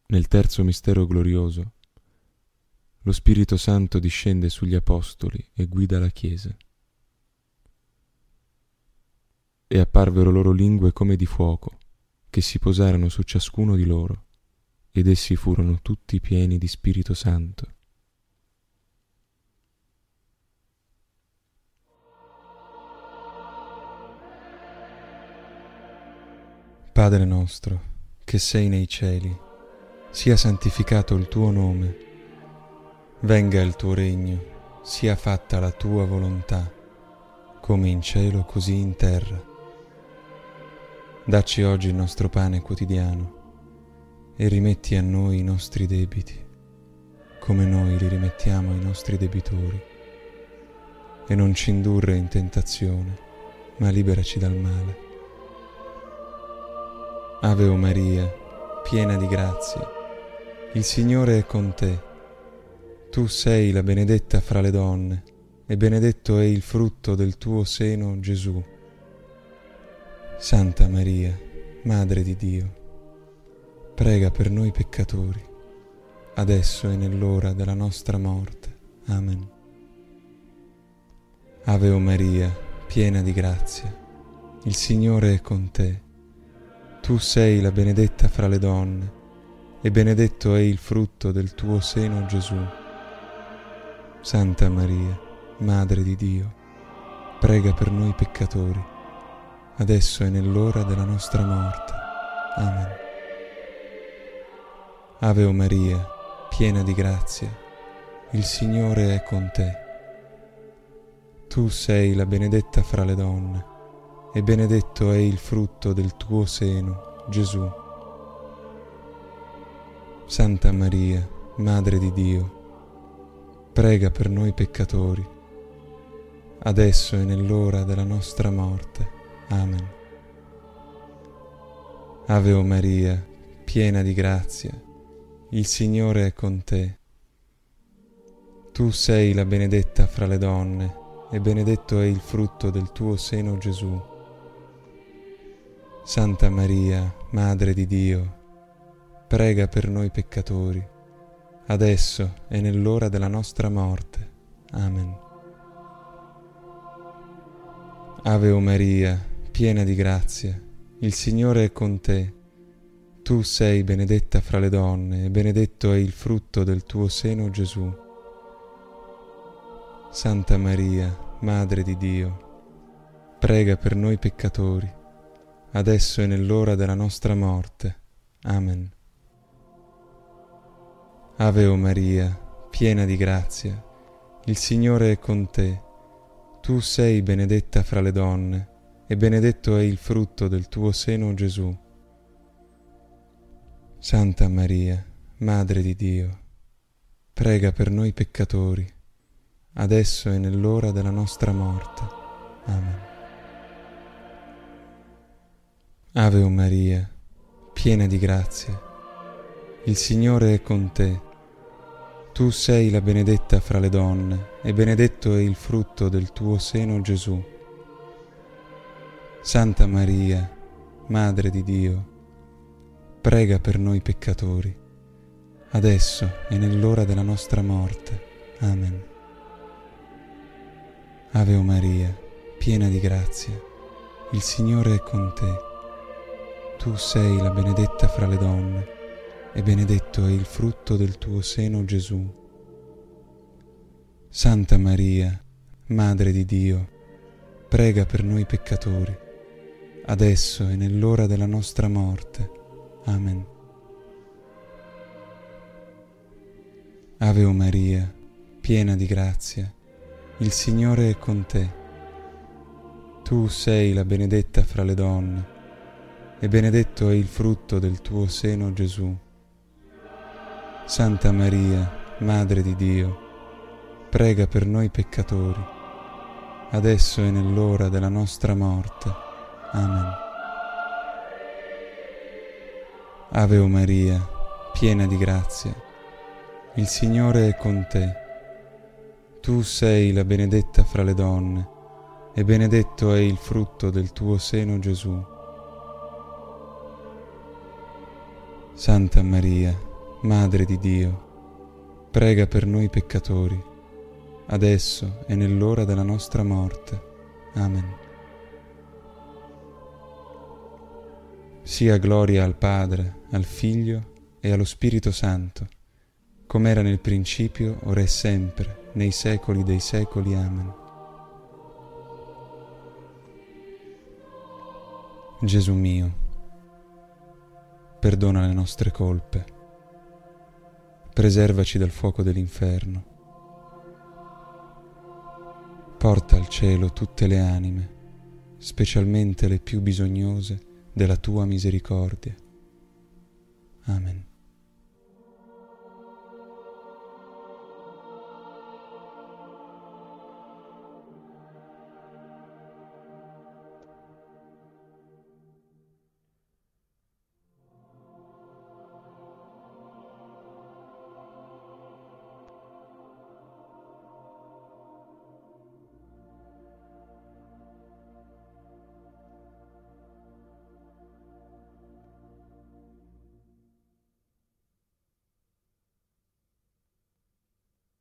Nel terzo mistero glorioso, lo Spirito Santo discende sugli Apostoli e guida la Chiesa. E apparvero loro lingue come di fuoco, che si posarono su ciascuno di loro, ed essi furono tutti pieni di Spirito Santo. Padre nostro, che sei nei cieli, sia santificato il tuo nome. Venga il tuo regno, sia fatta la tua volontà, come in cielo così in terra. Dacci oggi il nostro pane quotidiano e rimetti a noi i nostri debiti, come noi li rimettiamo ai nostri debitori. E non ci indurre in tentazione, ma liberaci dal male. Ave o Maria, piena di grazia, il Signore è con te. Tu sei la benedetta fra le donne, e benedetto è il frutto del tuo seno, Gesù. Santa Maria, Madre di Dio, prega per noi peccatori, adesso e nell'ora della nostra morte. Amen. Ave o Maria, piena di grazia, il Signore è con te. Tu sei la benedetta fra le donne, e benedetto è il frutto del tuo seno, Gesù. Santa Maria, Madre di Dio, prega per noi peccatori, adesso e nell'ora della nostra morte. Amen. Ave o Maria, piena di grazia, il Signore è con te. Tu sei la benedetta fra le donne, e benedetto è il frutto del tuo seno, Gesù. Santa Maria, Madre di Dio, prega per noi peccatori, adesso e nell'ora della nostra morte. Amen. Ave o Maria, piena di grazia, il Signore è con te. Tu sei la benedetta fra le donne, e benedetto è il frutto del tuo seno, Gesù. Santa Maria, Madre di Dio, prega per noi peccatori, adesso e nell'ora della nostra morte. Amen. Ave o Maria, piena di grazia, il Signore è con te. Tu sei benedetta fra le donne, e benedetto è il frutto del tuo seno, Gesù. Santa Maria, Madre di Dio, prega per noi peccatori, adesso e nell'ora della nostra morte. Amen. Ave o Maria, piena di grazia, il Signore è con te. Tu sei benedetta fra le donne, e benedetto è il frutto del tuo seno, Gesù. Santa Maria, Madre di Dio, prega per noi peccatori, adesso e nell'ora della nostra morte. Amen. Ave o Maria, piena di grazia, il Signore è con te. Tu sei la benedetta fra le donne, e benedetto è il frutto del tuo seno, Gesù. Santa Maria, Madre di Dio, prega per noi peccatori, adesso e nell'ora della nostra morte. Amen. Ave o Maria, piena di grazia, il Signore è con te. Tu sei la benedetta fra le donne, e benedetto è il frutto del tuo seno, Gesù. Santa Maria, Madre di Dio, prega per noi peccatori, adesso e nell'ora della nostra morte. Amen. Ave o Maria, piena di grazia, il Signore è con te. Tu sei la benedetta fra le donne, e benedetto è il frutto del tuo seno, Gesù. Santa Maria, Madre di Dio, prega per noi peccatori, adesso e nell'ora della nostra morte. Amen. Ave o Maria, piena di grazia, il Signore è con te. Tu sei la benedetta fra le donne, e benedetto è il frutto del tuo seno, Gesù. Santa Maria, Madre di Dio, prega per noi peccatori, adesso e nell'ora della nostra morte. Amen. Sia gloria al Padre, al Figlio e allo Spirito Santo, come era nel principio, ora e sempre, nei secoli dei secoli. Amen. Gesù mio, perdona le nostre colpe, preservaci dal fuoco dell'inferno, porta al cielo tutte le anime, specialmente le più bisognose della tua misericordia.